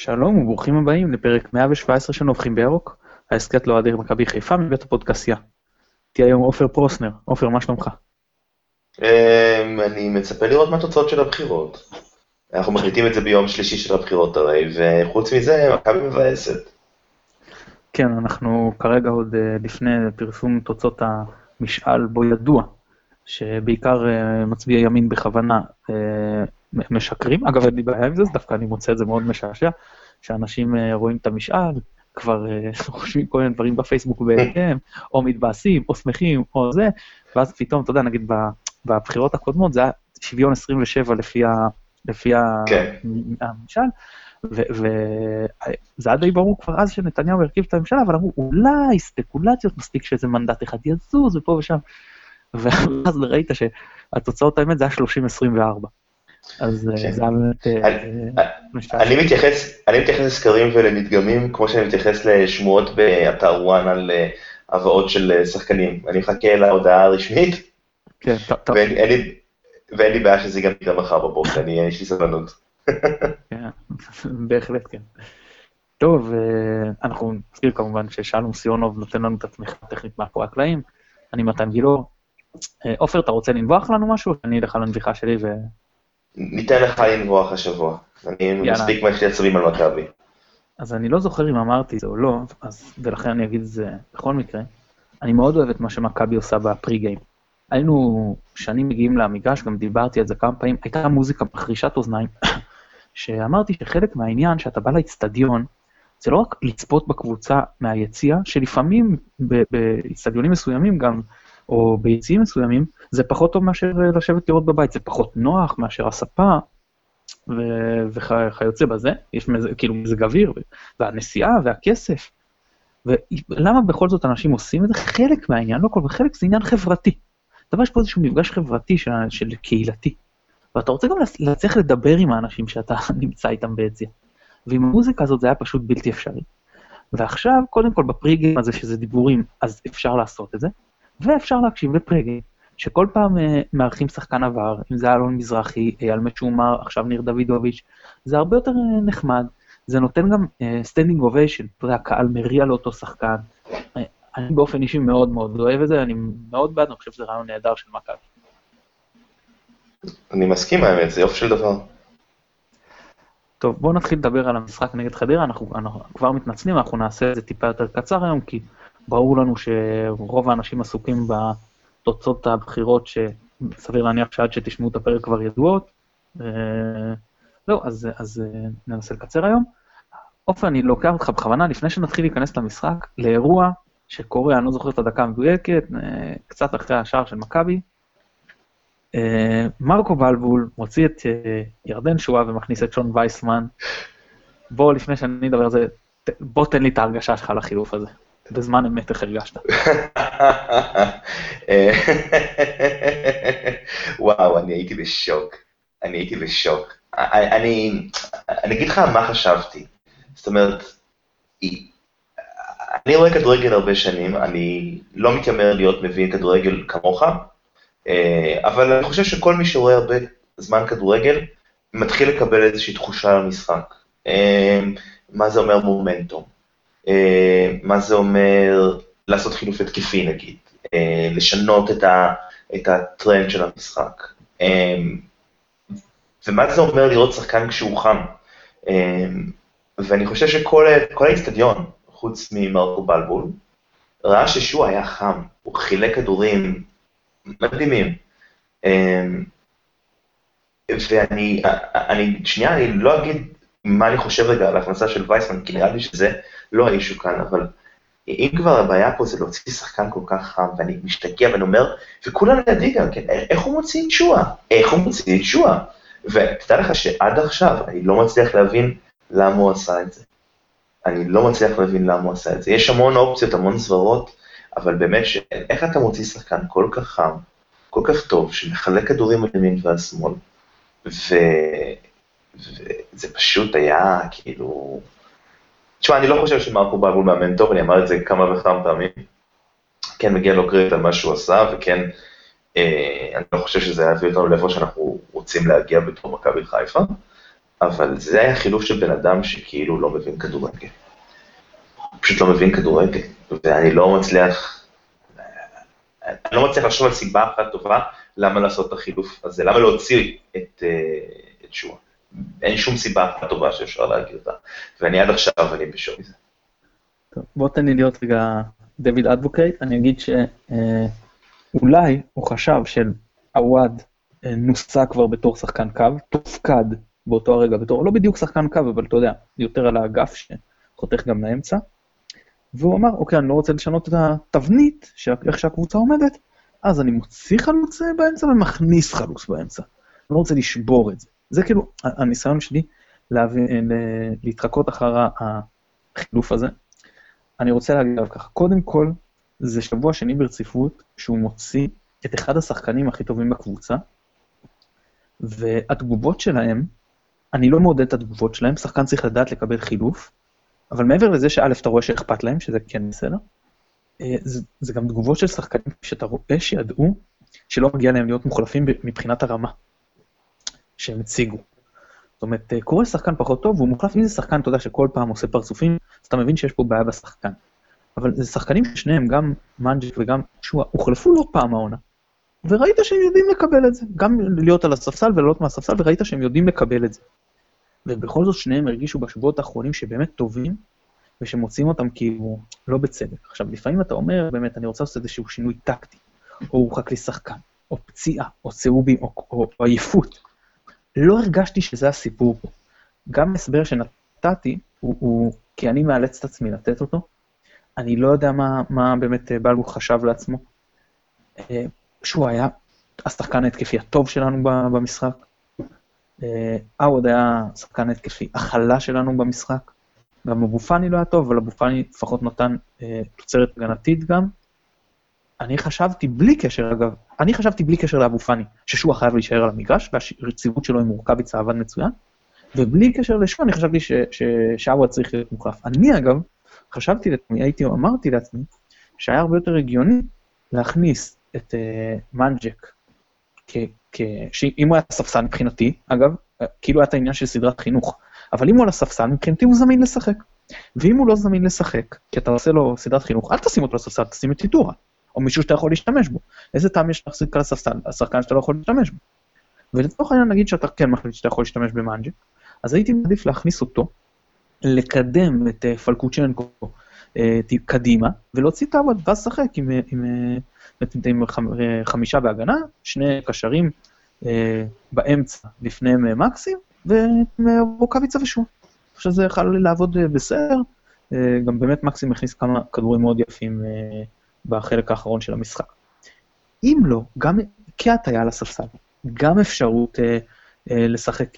שלום וברוכים הבאים לפרק 117 של נובחים בירוק, ההסכת לאוהדי מכבי חיפה מבית הפודקאסיה. תהיה היום עופר פרוסנר. עופר, מה שלומך? אני מצפה לראות מה התוצאות של הבחירות. אנחנו מחליטים את זה ביום שלישי של הבחירות הרי, וחוץ מזה, מכבי מבאסת. כן, אנחנו כרגע עוד לפני פרסום תוצאות המשאל בו ידוע, שבעיקר מצביעי ימין בכוונה משקרים. אגב, אין לי בעיה עם זה, דווקא אני מוצא את זה מאוד משעשע, שאנשים רואים את המשאל, כבר חושבים כל מיני דברים בפייסבוק בהתאם, או מתבאסים, או שמחים, או זה, ואז פתאום, אתה יודע, נגיד בבחירות הקודמות, זה היה שוויון 27 לפי המשאל, וזה היה די ברור כבר אז שנתניהו הרכיב את הממשלה, אבל אמרו, אולי ספקולציות מספיק שאיזה מנדט אחד יזוז ופה ושם, ואז ראית שהתוצאות האמת זה היה 30-24. אז זה היה באמת... אני מתייחס לסקרים ולמדגמים, כמו שאני מתייחס לשמועות באתר וואן על הבאות של שחקנים. אני מחכה להודעה הרשמית, ואין לי בעיה שזה גם מחר בבוקר, יש לי סבלנות. בהחלט כן. טוב, אנחנו נזכיר כמובן ששלום סיונוב נותן לנו את התמיכה הטכנית מאחורי הקלעים, אני מתן גילאור. עופר, אתה רוצה לנבוח לנו משהו? אני אלך על הנביחה שלי ו... ניתן לך לנבוח השבוע. אני מספיק מה שתייצבים על מכבי. אז אני לא זוכר אם אמרתי את זה או לא, ולכן אני אגיד את זה בכל מקרה. אני מאוד אוהב את מה שמכבי עושה בפרי גיים. היינו שנים מגיעים למגרש, גם דיברתי על זה כמה פעמים, הייתה מוזיקה מחרישת אוזניים, שאמרתי שחלק מהעניין שאתה בא לאצטדיון, זה לא רק לצפות בקבוצה מהיציאה, שלפעמים באצטדיונים מסוימים גם, או ביציאים מסוימים, זה פחות טוב מאשר לשבת לראות בבית, זה פחות נוח מאשר הספה, וכיוצא בזה, יש כאילו מזג אוויר, והנסיעה והכסף, ולמה בכל זאת אנשים עושים את זה? חלק מהעניין, לא כל כך, חלק זה עניין חברתי. דבר יש פה איזשהו מפגש חברתי של קהילתי, ואתה רוצה גם להצליח לדבר עם האנשים שאתה נמצא איתם ביציאה, ועם המוזיקה הזאת זה היה פשוט בלתי אפשרי. ועכשיו, קודם כל בפריגים הזה שזה דיבורים, אז אפשר לעשות את זה, ואפשר להקשיב לפריגים, שכל פעם מארחים שחקן עבר, אם זה אלון מזרחי, אייל מצ'ומר, עכשיו ניר דוידוביץ', זה הרבה יותר נחמד, זה נותן גם סטנדינג אוביישן, אתה יודע, הקהל מריע לאותו שחקן, אני באופן אישי מאוד מאוד אוהב את זה, אני מאוד בעד, אני חושב שזה רעיון נהדר של מכבי. אני מסכים האמת, זה יופי של דבר. טוב, בואו נתחיל לדבר על המשחק נגד חדרה, אנחנו כבר מתנצלים, אנחנו נעשה את זה טיפה יותר קצר היום, כי ברור לנו שרוב האנשים עסוקים בתוצאות הבחירות, שסביר להניח שעד שתשמעו את הפרק כבר ידועות. לא, אז ננסה לקצר היום. אופן, אני לוקח אותך בכוונה, לפני שנתחיל להיכנס למשחק, לאירוע שקורה, אני לא זוכר את הדקה המדויקת, קצת אחרי השער של מכבי, מרקו בלבול מוציא את ירדן שואה ומכניס את שון וייסמן. בוא, לפני שאני אדבר על זה, בוא תן לי את ההרגשה שלך לחילוף הזה. בזמן אמת איך הרגשת. וואו, אני הייתי בשוק. אני אגיד לך מה חשבתי. זאת אומרת, אני רואה כדורגל הרבה שנים, אני לא מתיימר להיות מבין כדורגל כמוך, אבל אני חושב שכל מי שרואה הרבה זמן כדורגל, מתחיל לקבל איזושהי תחושה על המשחק. מה זה אומר מומנטום? מה זה אומר לעשות חילוף התקפי נגיד? לשנות את הטרנד של המשחק? ומה זה אומר לראות שחקן כשהוא חם? ואני חושב שכל האצטדיון, חוץ ממרקו בלבול, ראה ששועה היה חם, הוא חילק כדורים מדהימים. ואני לא אגיד מה אני חושב רגע על ההכנסה של וייסמן, כי נראה לי שזה לא האישו כאן, אבל אם כבר הבעיה פה זה להוציא שחקן כל כך חם, ואני משתגע ואני אומר, וכולם לידי גם, כן, איך הוא מוציא את שועה? ותדע לך שעד עכשיו אני לא מצליח להבין למה הוא עשה את זה. יש המון אופציות, המון סברות, אבל באמת איך אתה מוציא שחקן כל כך חם, כל כך טוב, שמחלק כדורים על ימין ועל שמאל, וזה פשוט היה כאילו... תשמע, אני לא חושב שמרקו בלבול מאמן טוב, אני אמר את זה כמה וכמה פעמים, כן מגיע לו קרדיט על מה שהוא עשה, וכן, אני לא חושב שזה יביא אותנו לאיפה שאנחנו רוצים להגיע בתור מכבי חיפה, אבל זה היה חילוף של בן אדם שכאילו לא מבין כדורגל. הוא פשוט לא מבין כדורגל, ואני לא מצליח, לחשוב על סיבה אחת טובה למה לעשות את החילוף הזה, למה להוציא את שואה. אין שום סיבה אחת טובה שאפשר להגיד אותה, ואני עד עכשיו אני בשוק מזה. טוב, בוא תן לי להיות רגע דויד אדבוקייט, אני אגיד שאולי הוא חשב שעווד נוסע כבר בתור שחקן קו, תופקד באותו הרגע בתור, לא בדיוק שחקן קו, אבל אתה יודע, יותר על האגף שחותך גם לאמצע, והוא אמר, אוקיי, אני לא רוצה לשנות את התבנית, איך שהקבוצה עומדת, אז אני מוציא חלוץ באמצע ומכניס חלוץ באמצע. אני לא רוצה לשבור את זה. זה כאילו, הניסיון שלי להתחקות אחר החילוף הזה. אני רוצה להגיד עליו ככה, קודם כל, זה שבוע שני ברציפות, שהוא מוציא את אחד השחקנים הכי טובים בקבוצה, והתגובות שלהם, אני לא מעודד את התגובות שלהם, שחקן צריך לדעת לקבל חילוף, אבל מעבר לזה שא' אתה רואה שאכפת להם, שזה כן בסדר, זה גם תגובות של שחקנים שאתה רואה שידעו שלא מגיע להם להיות מוחלפים מבחינת הרמה שהם הציגו. זאת אומרת, קורא שחקן פחות טוב, והוא מוחלף, אם זה שחקן, אתה יודע שכל פעם עושה פרצופים, אז אתה מבין שיש פה בעיה בשחקן. אבל זה שחקנים ששניהם, גם מנג'ק וגם שואה, הוחלפו לא פעם העונה, וראית שהם יודעים לקבל את זה, גם להיות על הספסל ולעלות מהספסל, וראית שהם יודעים לקבל את זה. ובכל זאת שניהם הרגישו בשבועות האחרונים שבאמת טובים, ושמוצאים אותם כאילו לא בצדק. עכשיו, לפעמים אתה אומר, באמת, אני רוצה לעשות איזשהו שינוי טקטי, או הורחק לי שחקן, או פציעה, או צהובים, או עייפות. לא הרגשתי שזה הסיפור פה. גם הסבר שנתתי, הוא כי אני מאלץ את עצמי לתת אותו, אני לא יודע מה באמת בלבול חשב לעצמו, שהוא היה השחקן ההתקפי הטוב שלנו במשחק, עוד היה שחקן ההתקפי החלה שלנו במשחק, גם אבו-פאני לא היה טוב, אבל אבו-פאני לפחות נותן תוצרת הגנתית גם. אני חשבתי בלי קשר, אגב, אני חשבתי בלי קשר לאבו-פאני, ששועה חייב להישאר על המגרש, והרציבות שלו עם מורכביצה עבד מצוין, ובלי קשר לשועה אני חשבתי שעווד צריך להיות מוחלף. אני אגב, חשבתי לעצמי, אמרתי לעצמי, שהיה הרבה יותר הגיוני להכניס את מנג'ק, שאם הוא היה ספסל מבחינתי, אגב, כאילו היה את העניין של סדרת חינוך, אבל אם הוא על הספסל, מבחינתי הוא זמין לשחק. ואם הוא לא זמין לשחק, כי אתה עושה לו סדרת חינוך, אל תשים אותו לספסל, תשים את טיטורה, או מישהו שאתה יכול להשתמש בו. איזה טעם יש להחזיק על הספסל, השחקן שאתה לא יכול להשתמש בו. ולתוך העניין נגיד שאתה כן מחליט שאתה יכול להשתמש במנג'ק, אז הייתי מעדיף להכניס אותו, לקדם את פלקוצ'נקו קדימה, ולהוציא את העבוד, ואז שחק עם 5 בהגנה, 2 קשרים באמצע לפניהם מקסים, ורוקביצה ושועה. עכשיו זה יכול לעבוד בסדר, גם באמת מקסים הכניס כמה כדורים מאוד יפים בחלק האחרון של המשחק. אם לא, גם כעת היה על הספסל, גם אפשרות לשחק,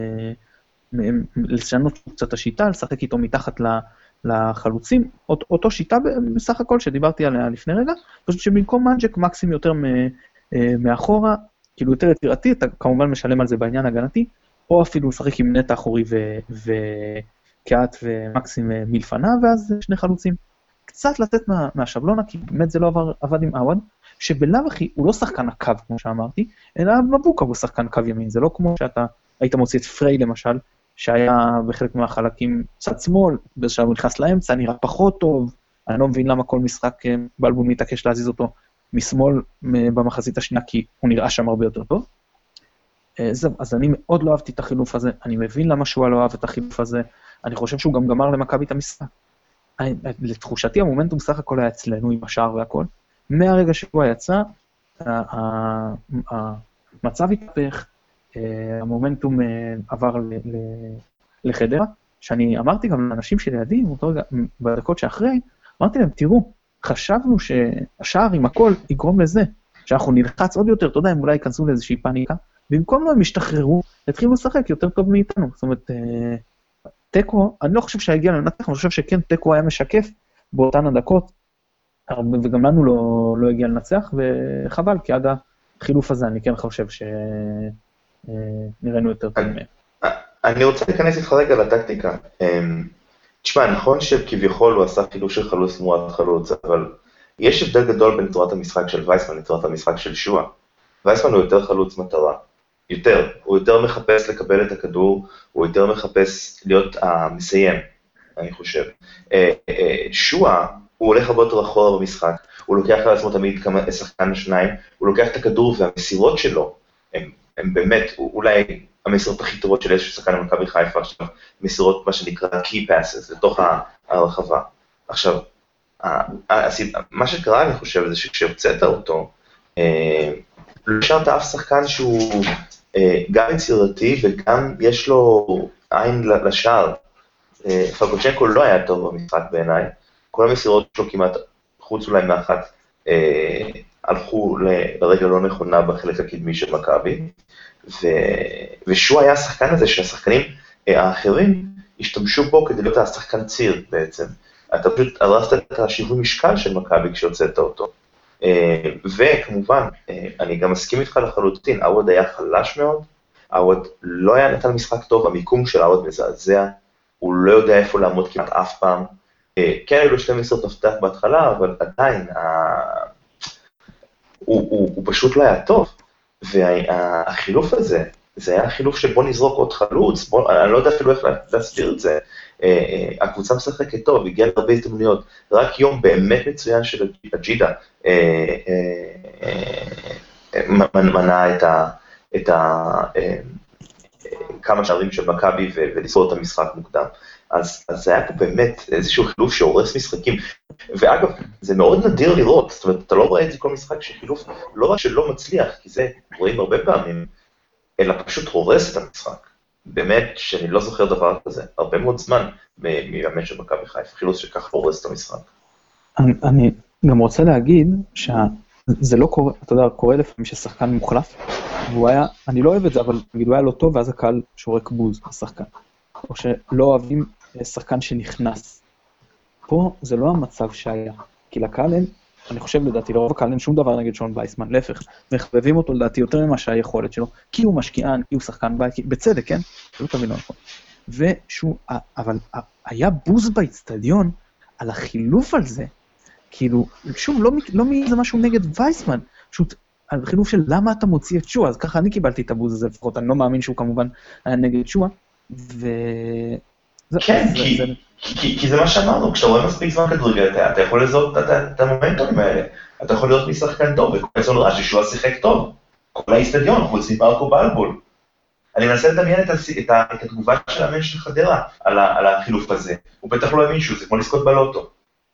לשנות קצת השיטה, לשחק איתו מתחת לחלוצים, אותו שיטה בסך הכל שדיברתי עליה לפני רגע, פשוט שבמקום מנג'ק מקסים יותר מאחורה, כאילו יותר יצירתי, אתה כמובן משלם על זה בעניין הגנתי, או אפילו לשחק עם נטע אחורי וכעת ומקסים מלפנה, ואז 2 חלוצים. קצת לתת מהשבלונה, כי באמת זה לא עבד עם עווד, שבלאו אחי הוא לא שחקן הקו, כמו שאמרתי, אלא מבוקה הוא שחקן קו ימין, זה לא כמו שאתה היית מוציא את פריי למשל, שהיה בחלק מהחלקים צד שמאל, בשלב הוא נכנס לאמצע, נראה פחות טוב, אני לא מבין למה כל משחק בלבול מתעקש להזיז אותו משמאל במחצית השנייה, כי הוא נראה שם הרבה יותר טוב. אז אני מאוד לא אהבתי את החילוף הזה, אני מבין למה שהוא לא אהב את החילוף הזה, אני חושב שהוא גם גמר למכבי את המשחק. לתחושתי המומנטום סך הכל היה אצלנו עם השער והכל, מהרגע שהוא יצא, המצב התהפך, המומנטום עבר לחדרה, שאני אמרתי גם לאנשים שלידי, בדקות שאחרי, אמרתי להם, תראו, חשבנו שהשער עם הכל יגרום לזה, שאנחנו נלחץ עוד יותר, אתה יודע, הם אולי ייכנסו לאיזושהי פאניקה, במקום לא הם ישתחררו, התחילו לשחק יותר טוב מאיתנו, זאת אומרת, טקו, אני לא חושב שהגיע לנצח, אני חושב שכן, טקו היה משקף באותן הדקות, וגם לנו לא הגיע לנצח, וחבל, כי עד החילוף הזה אני כן חושב שנראינו יותר טוב מהם. אני רוצה להיכנס איתך רגע לטקטיקה. תשמע, נכון שכביכול הוא עשה חילוף של חלוץ תמורת חלוץ, אבל יש הבדל גדול בין צורת המשחק של וייסמן לצורת המשחק של שועה. וייסמן הוא יותר חלוץ מטרה, הוא יותר מחפש לקבל את הכדור, הוא יותר מחפש להיות המסיים, אני חושב. שואה, הוא הולך הרבה יותר אחורה במשחק, הוא לוקח על עצמו תמיד כמה שחקן שניים, הוא לוקח את הכדור והמסירות שלו, הם באמת, אולי המסירות הכי טובות של איזשהו שחקן במכבי חיפה עכשיו, מסירות מה שנקרא key passes, לתוך הרחבה. עכשיו, מה שקרה אני חושב זה שכשהוצאת אותו, לא השארת אף שחקן שהוא גם יצירתי וגם יש לו עין לשער. פלקוצ'נקו לא היה טוב במשחק בעיניי, כל המסירות שלו כמעט, חוץ אולי מאחת, הלכו לרגע לא נכונה בחלק הקדמי של מכבי, ושהוא היה השחקן הזה שהשחקנים האחרים השתמשו בו כדי להיות השחקן ציר בעצם. אתה פשוט הרסת את השיווי משקל של מכבי כשהוצאת אותו. וכמובן, אני גם מסכים איתך לחלוטין, עווד היה חלש מאוד, עווד לא היה נתן משחק טוב, המיקום של עווד מזעזע, הוא לא יודע איפה לעמוד כמעט אף פעם. כן, היו לו שתי מסירות מפתח בהתחלה, אבל עדיין, הוא פשוט לא היה טוב. והחילוף הזה, זה היה חילוף של בוא נזרוק עוד חלוץ, אני לא יודע אפילו איך להסביר את זה. הקבוצה משחקת טוב, הגיעה להרבה הזדמנויות, רק יום באמת מצוין של אג'ידה מנע את כמה שערים של מכבי ולסגור את המשחק מוקדם. אז זה היה פה באמת איזשהו חילוף שהורס משחקים, ואגב, זה מאוד נדיר לראות, זאת אומרת, אתה לא רואה את זה כל משחק שחילוף, לא רק שלא מצליח, כי זה רואים הרבה פעמים, אלא פשוט הורס את המשחק. באמת שאני לא זוכר דבר כזה, הרבה מאוד זמן מימי של מכבי חיפה, חילוץ שכך הורס את המשחק. אני גם רוצה להגיד שזה לא קורה, אתה יודע, קורה לפעמים ששחקן מוחלף, והוא היה, אני לא אוהב את זה, אבל נגיד הוא היה לא טוב, ואז הקהל שורק בוז לשחקן. או שלא אוהבים שחקן שנכנס. פה זה לא המצב שהיה, כי לקהל אין, אני חושב לדעתי, לרוב הקהל אין שום דבר נגד שון וייסמן, להפך, מחבבים אותו לדעתי יותר ממה שהיכולת שלו, כי הוא משקיען, כי הוא שחקן בית, בצדק, כן? לא תבין לא נכון. אבל היה בוז באצטדיון על החילוף על זה, כאילו, שוב, לא זה משהו נגד וייסמן, פשוט על חילוף של למה אתה מוציא את שואה, אז ככה אני קיבלתי את הבוז הזה, לפחות אני לא מאמין שהוא כמובן היה נגד שואה, כן, כי זה מה שאמרנו, כשאתה רואה מספיק זמן כדורגל, אתה יכול לזהות את המומנטומים האלה, אתה יכול להיות משחקן טוב, וקורצון רע ששואה שיחק טוב, כל האצטדיון, חוץ מברקו בלבול. אני מנסה לדמיין את התגובה של המאמן של חדרה על החילוף הזה, הוא בטח לא האמין שהוא, זה כמו לזכות בלוטו.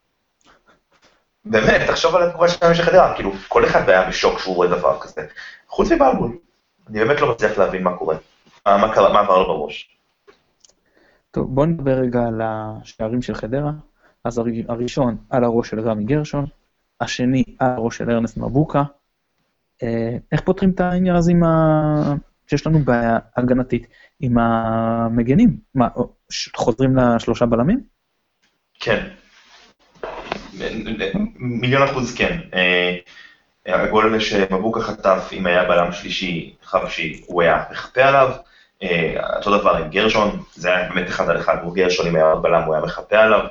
באמת, תחשוב על התגובה של המאמן של חדרה, כאילו, כל אחד היה בשוק שהוא רואה דבר כזה, חוץ מבלבול. אני באמת לא מצליח להבין מה קורה, מה עבר לו בראש. טוב, בוא נדבר רגע על השערים של חדרה. אז הראשון על הראש של רמי גרשון, השני על הראש של ארנסט מבוקה. איך פותרים את העניין הזה שיש לנו בעיה הגנתית עם המגנים? מה, חוזרים לשלושה בלמים? כן. 1,000,000% כן. הגול הזה שמבוקה חטף, אם היה בלם שלישי חבשי, הוא היה מחפה עליו. אותו דבר עם גרשון, זה היה באמת אחד על אחד, הוא גרשון אם היה בלם, הוא היה מחפה עליו.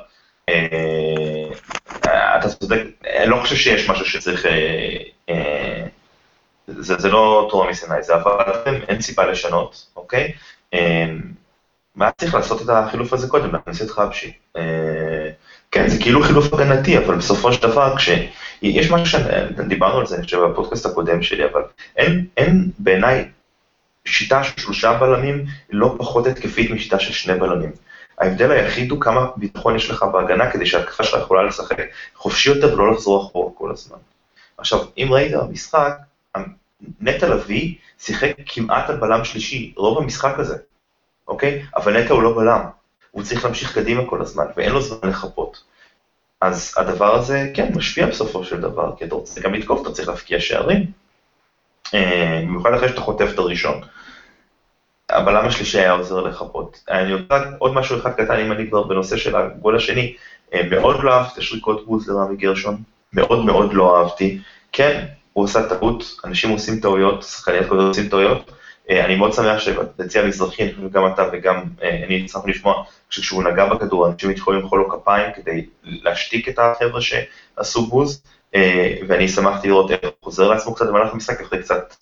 אתה צודק, אני לא חושב שיש משהו שצריך, זה לא תורה מסיני, זה אבל אין סיבה לשנות, אוקיי? מה צריך לעשות את החילוף הזה קודם, להכניס את חבשי? כן, זה כאילו חילוף הגנתי, אבל בסופו של דבר, יש משהו שדיברנו על זה, אני חושב, בפודקאסט הקודם שלי, אבל אין בעיניי, שיטה של 3 בלמים לא פחות התקפית משיטה של 2 בלמים. ההבדל היחיד הוא כמה ביטחון יש לך בהגנה כדי שההתקפה שלך יכולה לשחק חופשי יותר ולא לחזור אחורה כל הזמן. עכשיו, אם ראית במשחק, נטע לביא שיחק כמעט על בלם שלישי, רוב המשחק הזה, אוקיי? אבל נטע הוא לא בלם, הוא צריך להמשיך קדימה כל הזמן, ואין לו זמן לחפות. אז הדבר הזה, כן, משפיע בסופו של דבר, כי אתה רוצה גם לתקוף, אתה צריך להפקיע שערים, במיוחד אחרי שאתה חוטף את הראשון. הבלם השלישי היה עוזר לחפות. אני יודע עוד משהו אחד קטן, אם אני כבר בנושא של הגול השני, מאוד לא אהבתי שריקות בוז לרמי גרשון, מאוד מאוד לא אהבתי. כן, הוא עושה טעות, אנשים עושים טעויות, שחקניות כזאת עושים טעויות. אני מאוד שמח שבציע המזרחי, גם אתה וגם אני צריך לשמוע, כשהוא נגע בכדור, אנשים יכולים למחוא לו כפיים כדי להשתיק את החבר'ה שעשו בוז, ואני שמחתי לראות איך הוא חוזר לעצמו קצת במהלך המשחק, אחרי קצת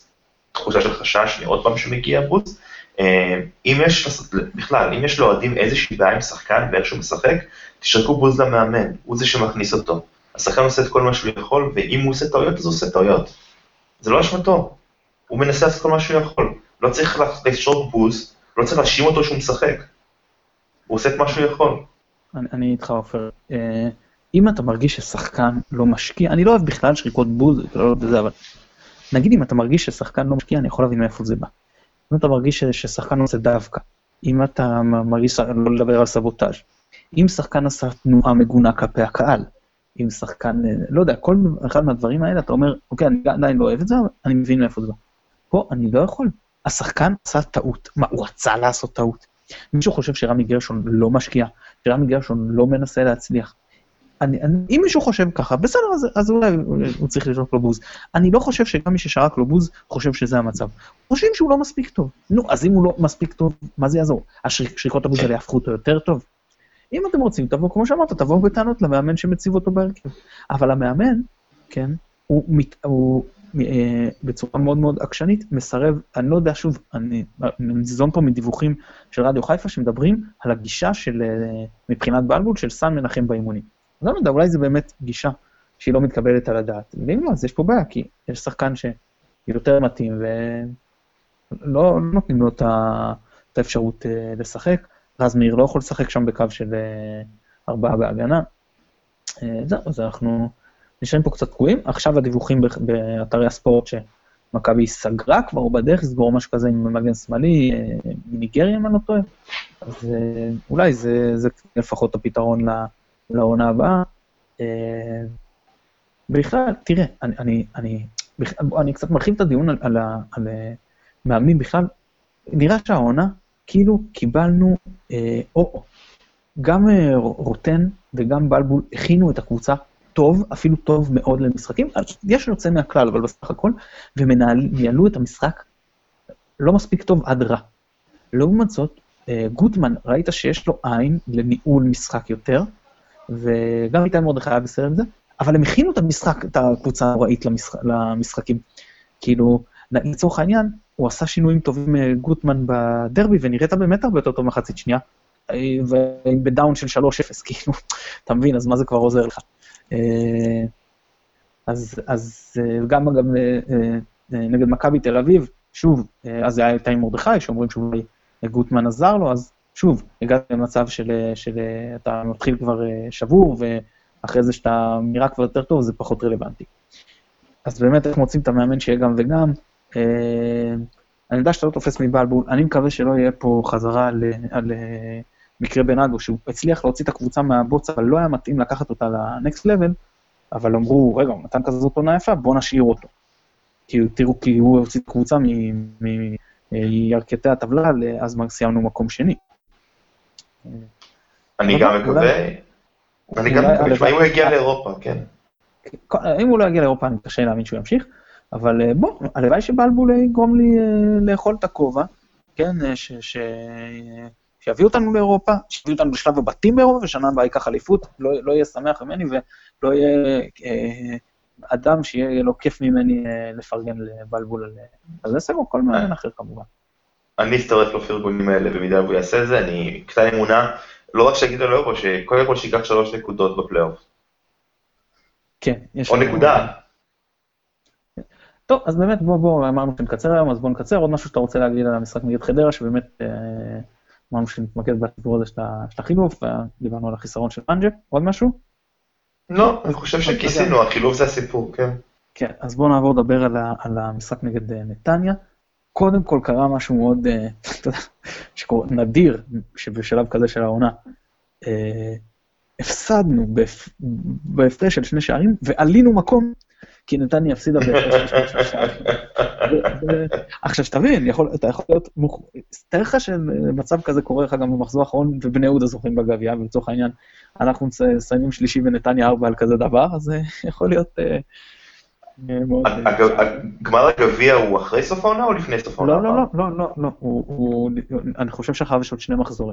תחושה של חשש מעוד פעם שמגיע בוז. אם יש, בכלל, אם יש לאוהדים איזושהי בעיה עם שחקן ואיך שהוא משחק, תשרקו בוז למאמן, הוא זה שמכניס אותו. השחקן עושה את כל מה שהוא יכול, ואם הוא עושה טעויות, אז הוא עושה טעויות. זה לא אשמתו. הוא מנסה לעשות כל מה שהוא יכול. לא צריך לשרוק בוז, לא צריך להאשים אותו שהוא משחק. הוא עושה את מה שהוא יכול. אני איתך עופר. אם אתה מרגיש ששחקן לא משקיע, אני לא אוהב בכלל שריקות בוז, לא בזה, אבל נגיד אם אתה מרגיש ששחקן לא משקיע, אני יכול להבין מאיפה זה בא. אם אתה מרגיש ששחקן עושה דווקא, אם אתה מרגיש לא לדבר על סבוטאז', אם שחקן עשה תנועה מגונה כלפי הקהל, אם שחקן, לא יודע, כל אחד מהדברים האלה, אתה אומר, אוקיי, אני עדיין לא אוהב את זה, אבל אני מבין מאיפה זה בא. פה אני לא יכול. השחקן עשה טעות. מה, הוא רצה לעשות טעות? מישהו חושב שרמי גרשון לא משקיע, שרמי גרשון לא מנסה להצליח. אם מישהו חושב ככה, בסדר, אז אולי הוא צריך לשרוק לו בוז. אני לא חושב שגם מי ששרק לו בוז, חושב שזה המצב. חושבים שהוא לא מספיק טוב. נו, אז אם הוא לא מספיק טוב, מה זה יעזור? השריקות הבוז האלה יהפכו אותו יותר טוב? אם אתם רוצים, תבואו, כמו שאמרת, תבואו בטענות למאמן שמציב אותו בהרכב. אבל המאמן, כן, הוא בצורה מאוד מאוד עקשנית, מסרב, אני לא יודע שוב, אני נזון פה מדיווחים של רדיו חיפה, שמדברים על הגישה של, מבחינת בלבול, של סן מנחם באימונים. אז אני לא יודע, אולי זה באמת גישה שהיא לא מתקבלת על הדעת. ואם לא, אז יש פה בעיה, כי יש שחקן שיותר מתאים, ולא נותנים לו את האפשרות לשחק. רז מאיר לא יכול לשחק שם בקו של 4 בהגנה. זהו, אז אנחנו נשארים פה קצת תקועים. עכשיו הדיווחים באתרי הספורט שמכבי סגרה כבר, או בדרך לסגור משהו כזה עם מגן שמאלי, מניגריה אם אני לא טועה. אז אולי זה לפחות הפתרון לעונה הבאה. בכלל, תראה, אני קצת מרחיב את הדיון על מאמנים בכלל. נראה שהעונה, כאילו קיבלנו, גם רוטן וגם בלבול הכינו את הקבוצה טוב, אפילו טוב מאוד למשחקים, יש יוצא מהכלל, אבל בסך הכל, ומנהלו את המשחק לא מספיק טוב עד רע. לעומת זאת, גוטמן, ראית שיש לו עין לניהול משחק יותר, וגם איתן מרדכי היה בסדר עם זה, אבל הם הכינו את המשחק, את הקבוצה הנוראית למשחקים. כאילו, לצורך העניין, הוא עשה שינויים טובים גוטמן בדרבי, ונראית באמת הרבה יותר טוב מחצית שנייה, ובדאון של 3-0, כאילו, אתה מבין, אז מה זה כבר עוזר לך? אז גם נגד מכבי תל אביב, שוב, אז זה היה איתי מרדכי, שאומרים שאולי גוטמן עזר לו, אז שוב, הגעת למצב אתה מתחיל כבר שבור, ואחרי זה שאתה נראה כבר יותר טוב, זה פחות רלוונטי. אז באמת איך מוצאים את המאמן שיהיה גם וגם, אני יודע שאתה לא תופס מבלבול, אני מקווה שלא יהיה פה חזרה על מקרה בנאדו, שהוא הצליח להוציא את הקבוצה מהבוץ, אבל לא היה מתאים לקחת אותה לנקסט לבל, אבל אמרו, רגע, הוא נתן כזאת עונה יפה, בוא נשאיר אותו. תראו, כי הוא הוציא את הקבוצה מירכתי הטבלה, אז סיימנו מקום שני. אני גם מקווה, אם הוא יגיע לאירופה, כן. אם הוא לא יגיע לאירופה, אני קשה להאמין שהוא ימשיך, אבל בוא, הלוואי שבלבול יגרום לי לאכול את הכובע, כן, שיביאו אותנו לאירופה, שיביאו אותנו לשלב הבתים באירופה, ושנה הבאה ייקח אליפות, לא יהיה שמח ממני, ולא יהיה אדם שיהיה לו כיף ממני לפרגן לבלבול, אז זה סגור כל מעניין אחר כמובן. אני אצטרף לו פרגונים האלה, במידה והוא יעשה את זה, אני קטן אמונה, לא רק שיגיד לו לאירופה, שקודם כל שיקח 3 נקודות בפלייאוף. כן. או נקודה. טוב, אז באמת בוא, אמרנו שנקצר היום, אז בוא נקצר, עוד משהו שאתה רוצה להגיד על המשחק נגד חדרה, שבאמת אמרנו שנתמקד בסיפור הזה של החילוף, ודיברנו על החיסרון של פנג'ה, עוד משהו? לא, אני חושב שכיסינו, החילוף זה הסיפור, כן. כן, אז בואו נעבור לדבר על המשחק נגד נתניה. קודם כל קרה משהו מאוד, אתה יודע, נדיר, שבשלב כזה של העונה, הפסדנו בהפרש של 2 שערים, ועלינו מקום, כי נתניה הפסידה בהפרש של 2 שערים. עכשיו שתבין, אתה יכול להיות, תאר לך שמצב כזה קורה לך גם במחזור האחרון, ובני יהודה זוכים בגביע, ולצורך העניין, אנחנו מסיימים שלישי בנתניה 4 על כזה דבר, אז זה יכול להיות מאוד... גמר הגביע הוא אחרי סוף העונה או לפני סוף העונה? לא, אני חושב שאחריו יש עוד 2 מחזורים.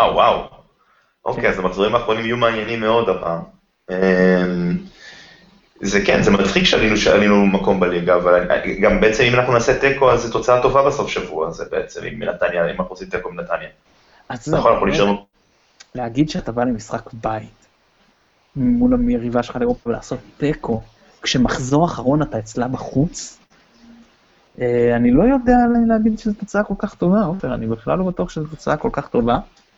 וואו. אוקיי, אז המחזורים האחרונים יהיו מעניינים מאוד הפעם. זה כן, זה מצחיק שעלינו מקום בליגה, אבל גם בעצם אם אנחנו נעשה תיקו, אז זו תוצאה טובה בסוף שבוע, זה בעצם, אם אנחנו עושים תיקו בנתניה. נכון, אנחנו נשארנו. להגיד שאתה בא למשחק בית, מול המריבה שלך לאירופה, ולעשות תיקו, כשמחזור אחרון אתה אצלה בחוץ, אני לא יודע להגיד שזו תוצאה כל כך טובה, עופר, אני בכלל לא בטוח שזו תוצאה כל כך טובה.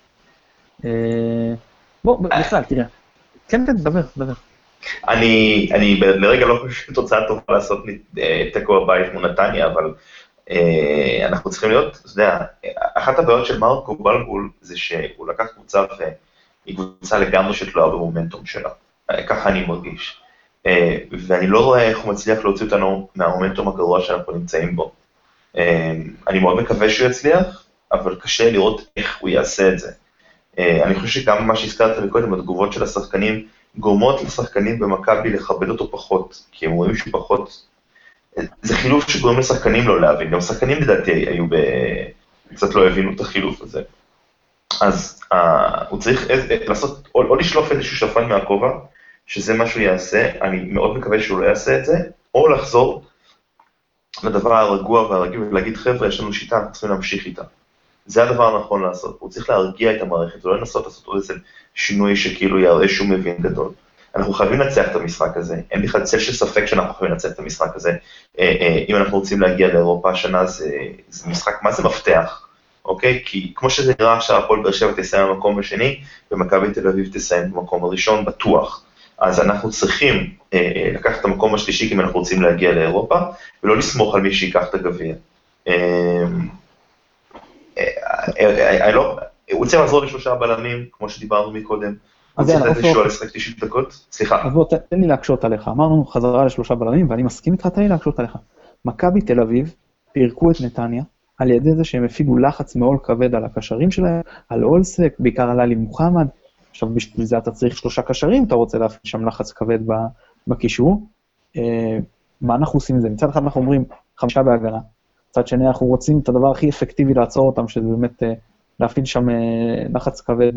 בוא, בכלל, תראה. כן, דבר. אני לרגע לא חושב שתוצאה טובה לעשות תיקו הבית מול נתניה, אבל אנחנו צריכים להיות, אתה יודע, אחת הבעיות של מרקו בלבול זה שהוא לקח קבוצה והיא קבוצה לגמרי שתלויה במומנטום שלה. ככה אני מרגיש. ואני לא רואה איך הוא מצליח להוציא אותנו מהמומנטום הגרוע שאנחנו נמצאים בו. אני מאוד מקווה שהוא יצליח, אבל קשה לראות איך הוא יעשה את זה. אני חושב שגם מה שהזכרת מקודם, התגובות של השחקנים, גורמות לשחקנים במכבי לכבד אותו פחות, כי הם רואים שהוא פחות, זה חילוף שגורם לשחקנים לא להבין, גם שחקנים לדעתי היו קצת לא הבינו את החילוף הזה. אז הוא צריך לעשות, או לשלוף איזשהו שפן מהכובע, שזה מה שהוא יעשה, אני מאוד מקווה שהוא לא יעשה את זה, או לחזור לדבר הרגוע והרגיל ולהגיד, חבר'ה, יש לנו שיטה, אנחנו צריכים להמשיך איתה. זה הדבר הנכון לעשות, הוא צריך להרגיע את המערכת, ולא לנסות לעשות עוד איזה שינוי שכאילו יראה שהוא מבין גדול. אנחנו חייבים לנצח את המשחק הזה, אין בכלל צל של ספק שאנחנו חייבים לנצח את המשחק הזה. אם אנחנו רוצים להגיע לאירופה השנה, זה משחק, מה זה מפתח? אוקיי? כי כמו שזה נראה עכשיו, הפועל באר שבע תסיים במקום השני, ומכבי תל אביב תסיים במקום הראשון, בטוח. אז אנחנו צריכים לקחת את המקום השלישי, אם אנחנו רוצים להגיע לאירופה, ולא לסמוך על מי שיקח את הגביע. הוא צריך לעזור לשלושה בלמים, כמו שדיברנו מקודם, הוא צריך לתת לשאול לשחק 90 דקות, סליחה. אז בוא, תן לי להקשות עליך, אמרנו חזרה לשלושה בלמים, ואני מסכים איתך, תן לי להקשות עליך. מכבי תל אביב פירקו את נתניה, על ידי זה שהם הפעילו לחץ מאוד כבד על הקשרים שלהם, על אולסק, בעיקר על עלי מוחמד, עכשיו בשביל זה אתה צריך שלושה קשרים, אתה רוצה להפעיל שם לחץ כבד בקישור. מה אנחנו עושים עם זה? מצד אחד אנחנו אומרים 5 בהגנה, מצד שני אנחנו רוצים את הדבר הכי אפקטיבי לעצור אותם, שזה באמת להפעיל שם לחץ כבד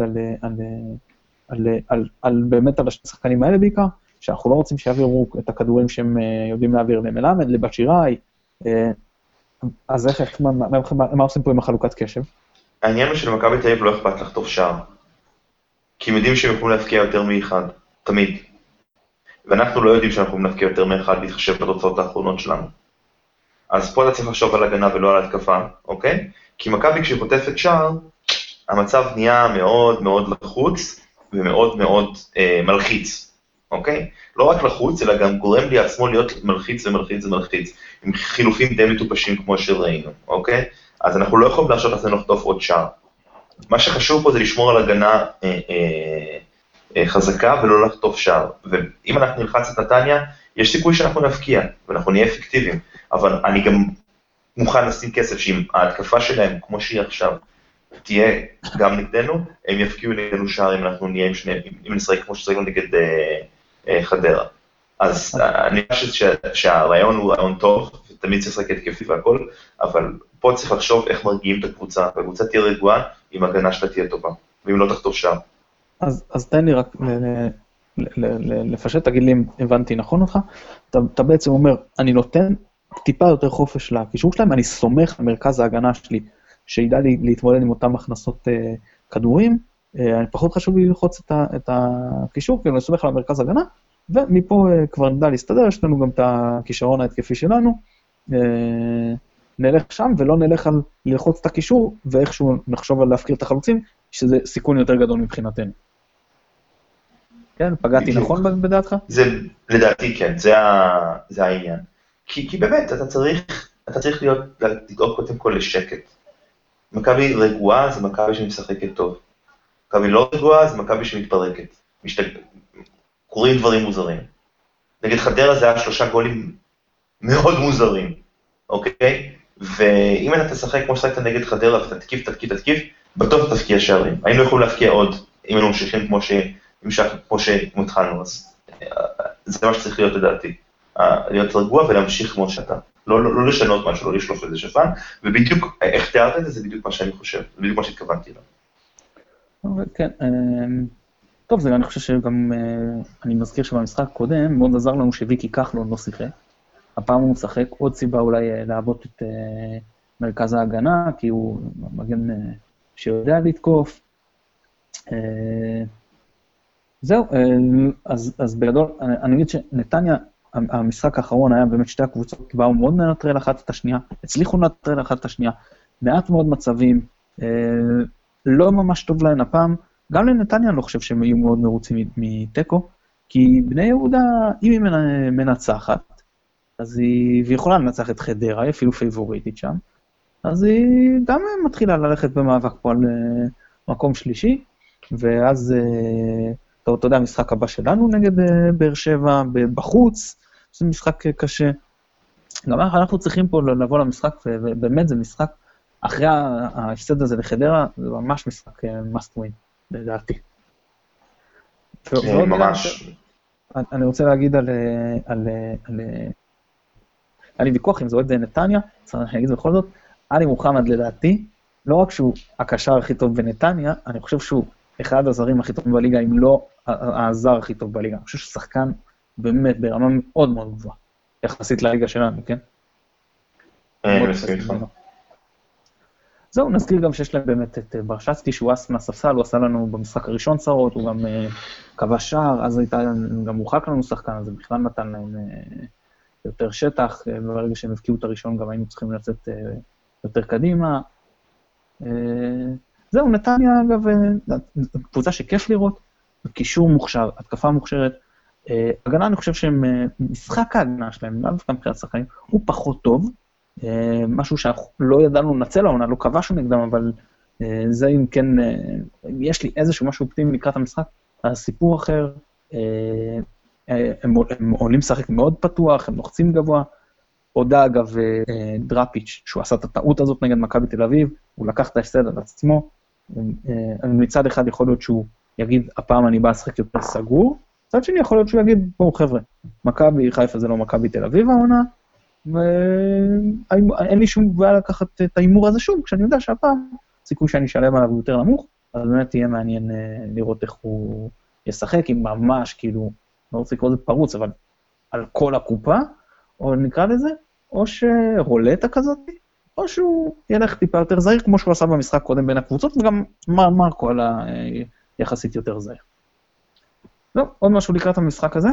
באמת על השחקנים האלה בעיקר, שאנחנו לא רוצים שיעבירו את הכדורים שהם יודעים להעביר למלמד, לבת שיראי, אז מה עושים פה עם החלוקת קשב? העניין הוא שלמכבי תל אביב לא אכפת לחטוף שער, כי הם יודעים שהם יכולים להפקיע יותר מאחד, תמיד. ואנחנו לא יודעים שאנחנו יכולים להפקיע יותר מאחד, להתחשב בתוצאות האחרונות שלנו. אז פה אתה צריך לחשוב על הגנה ולא על התקפה, אוקיי? כי מכבי כשפוטפת שער, המצב נהיה מאוד מאוד לחוץ, ומאוד מאוד מלחיץ, אוקיי? לא רק לחוץ, אלא גם גורם לי עצמו להיות מלחיץ ומלחיץ, עם חילופים די מטופשים כמו שראינו, אוקיי? אז אנחנו לא יכולים להרשות לעצמנו לחטוף עוד שער. מה שחשוב פה זה לשמור על הגנה חזקה ולא לחטוף שער. ואם אנחנו נלחץ את נתניה, יש סיכוי שאנחנו נפקיע, ואנחנו נהיה אפקטיביים. אבל אני גם מוכן לשים כסף שאם ההתקפה שלהם, כמו שהיא עכשיו, תהיה גם נגדנו, הם יפקיעו נגדנו שער אם אנחנו נהיה עם שניהם, אם נשחק כמו ששחקנו נגד חדרה. אז אני חושב שהרעיון הוא רעיון טוב, ותמיד צריך לשחק התקפי והכל, אבל פה צריך לחשוב איך מרגיעים את הקבוצה, והקבוצה תהיה רגועה, אם ההגנה שלה תהיה טובה, ואם לא תחטוף שער. אז תן לי רק לפשט, תגיד לי אם הבנתי נכון אותך, אתה בעצם אומר, אני נותן טיפה יותר חופש לקישור שלהם, אני סומך על מרכז ההגנה שלי, שידע להתמודד עם אותם הכנסות כדורים, פחות חשוב לי ללחוץ את הקישור, כי אני סומך על מרכז ההגנה, ומפה כבר נדע להסתדר, יש לנו גם את הכישרון ההתקפי שלנו, נלך שם ולא נלך על ללחוץ את הקישור, ואיכשהו נחשוב על להפקיר את החלוצים, שזה סיכון יותר גדול מבחינתנו. כן, פגעתי נכון בדעתך? לדעתי כן, זה העניין. כי באמת, אתה צריך לדאוג קודם כל לשקט. מכבי רגועה זה מכבי שמשחקת טוב. מכבי לא רגועה זה מכבי שמתפרקת. קוראים דברים מוזרים. נגד חדרה זה היה 3 גולים מאוד מוזרים, אוקיי? ואם אתה תשחק כמו ששחקת נגד חדרה ותתקיף, בטוח תפקיע שערים. היינו יכולים להפקיע עוד, אם היינו ממשיכים כמו שהתחלנו, אז זה מה שצריך להיות לדעתי. להיות רגוע ולהמשיך כמו שאתה. לא לשנות משהו, לא לשלוף איזה שפן, ובדיוק, איך תיארת את זה, זה בדיוק מה שאני חושב, זה בדיוק מה שהתכוונתי לה. כן, טוב, זה אני חושב שגם, אני מזכיר שבמשחק הקודם, מאוד עזר לנו שוויקי כחלון לא שיחק. הפעם הוא משחק, עוד סיבה אולי לעבוד את מרכז ההגנה, כי הוא מגן שיודע לתקוף. זהו, אז בגדול, אני אגיד שנתניה, המשחק האחרון היה באמת שתי הקבוצות, באו מאוד לנטרל אחת את השנייה, הצליחו לנטרל אחת את השנייה, מעט מאוד מצבים, לא ממש טוב להן הפעם, גם לנתניה אני לא חושב שהם יהיו מאוד מרוצים מטקו, כי בני יהודה, אם היא מנצחת, אז היא יכולה לנצח את חדרה, היא אפילו פייבוריטית שם, אז היא גם מתחילה ללכת במאבק פה על מקום שלישי, ואז, אתה יודע, המשחק הבא שלנו נגד באר שבע, בחוץ, זה משחק קשה. גם אנחנו צריכים פה לבוא למשחק, ובאמת זה משחק, אחרי ההפסד הזה לחדרה, זה ממש משחק must win, לדעתי. ממש. אני רוצה להגיד היה לי ויכוח אם זה עוד נתניה, אני אגיד בכל זאת, עלי מוחמד לדעתי, לא רק שהוא הקשר הכי טוב בנתניה, אני חושב שהוא אחד הזרים הכי טובים בליגה, אם לא הזר הכי טוב בליגה. אני חושב שהוא שחקן באמת ברמה מאוד מאוד גבוהה, יחסית לליגה שלנו, כן? זהו, נזכיר גם שיש להם באמת את ברשצקי, שהוא אס מהספסל, הוא עשה לנו במשחק הראשון צרות, הוא גם כבש שער, אז הייתה גם מורחק לנו שחקן, אז זה בכלל נתן להם יותר שטח, ברגע שהם הבקיעו את הראשון גם היינו צריכים לצאת יותר קדימה. זהו, נתניה אגב, קבוצה שכיף לראות, קישור מוכשר, התקפה מוכשרת, הגנה אני חושב שהם, משחק ההגנה שלהם, לא דווקא מבחינת שחקנים, הוא פחות טוב, משהו שאנחנו לא ידענו לנצל העונה, לא כבשנו נגדם, אבל זה אם כן, יש לי איזשהו משהו אופטימי לקראת המשחק, הסיפור אחר, הם עולים לשחק מאוד פתוח, הם לוחצים גבוה, הודע אגב דראפיץ' שהוא עשה את הטעות הזאת נגד מכבי תל אביב, הוא לקח את ההפסד על עצמו, מצד אחד יכול להיות שהוא יגיד, הפעם אני בא לשחק יותר סגור, מצד שני יכול להיות שהוא יגיד, בואו חבר'ה, מכבי חיפה זה לא מכבי תל אביב העונה, ואין לי שום בעיה לקחת את האימור הזה שוב, כשאני יודע שהפעם סיכוי שאני אשלם עליו יותר נמוך, אז באמת יהיה מעניין לראות איך הוא ישחק, אם ממש כאילו, לא רוצה לקרוא לזה פרוץ, אבל על כל הקופה, או נקרא לזה, או שרולטה כזאת, או שהוא ילך טיפה יותר זהיר, כמו שהוא עשה במשחק קודם בין הקבוצות, וגם מרקו על היחסית יותר זהיר. לא, עוד משהו לקראת המשחק הזה?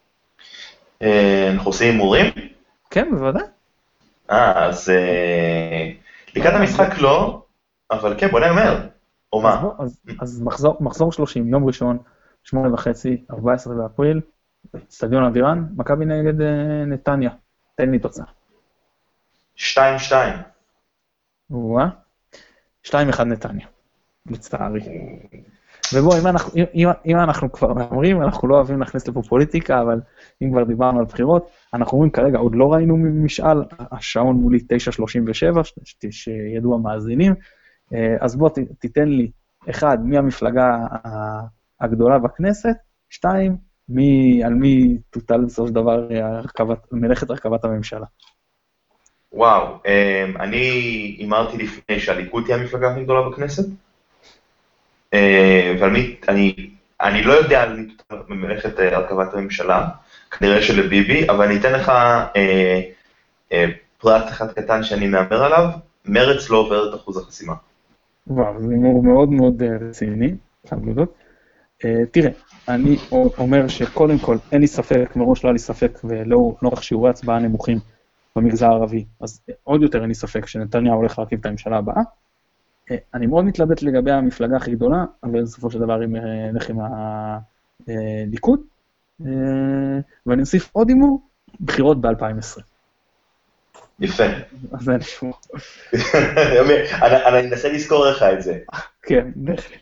אנחנו עושים הימורים? כן, בוודאי. אז לקראת המשחק לא, אבל כן, בוא נאמר, או מה? אז מחזור 30, יום ראשון, 8:30, 14 באפריל, סטדיון אבירן, מכבי נגד נתניה. תן לי תוצאה. 2-2. וואה. 2-1 נתניה. מצטערי. ובוא, אם אנחנו כבר אומרים, אנחנו לא אוהבים להכניס לפה פוליטיקה, אבל אם כבר דיברנו על בחירות, אנחנו אומרים כרגע, עוד לא ראינו משאל, השעון מולי 9:37, שידעו המאזינים, אז בוא תיתן לי, 1, מי המפלגה הגדולה בכנסת, 2, על מי תוטל בסוף דבר מלאכת הרכבת הממשלה. וואו, אני אמרתי לפני שהליכוד תהיה המפלגה הכי גדולה בכנסת, ועל מי, אני לא יודע על מי תוטל מלאכת הרכבת הממשלה, כנראה שלביבי, אבל אני אתן לך פרט אחד קטן שאני מאמר עליו, מרץ לא עובר את אחוז החסימה. וואו, זה הימור מאוד מאוד רציני, חמודות. תראה, אני אומר שקודם כל אין לי ספק, מראש לא היה לי ספק, ולא רק שיעורי הצבעה נמוכים במגזר הערבי, אז עוד יותר אין לי ספק שנתניה הולך להרכיב את הממשלה הבאה. אני מאוד מתלבט לגבי המפלגה הכי גדולה, אבל בסופו של דבר נלך עם הליכוד, ואני אוסיף עוד הימור, בחירות ב-2020. יפה. אז אני שומע. אני אנסה לזכור לך את זה. כן, בהחלט.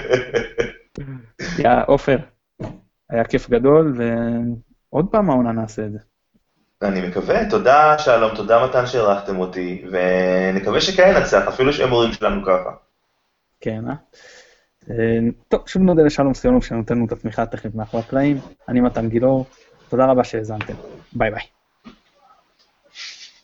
יא, עופר, היה כיף גדול, ועוד פעם העונה נעשה את זה. אני מקווה, תודה שלום, תודה מתן שהערכתם אותי, ונקווה שכן נצליח, אפילו שהמורים שלנו ככה. כן, טוב, שוב נודה לשלום סיונוב שנותן לנו את התמיכה הטכנית מאחורי הקלעים, אני מתן גילאור, תודה רבה שהאזנתם, ביי ביי.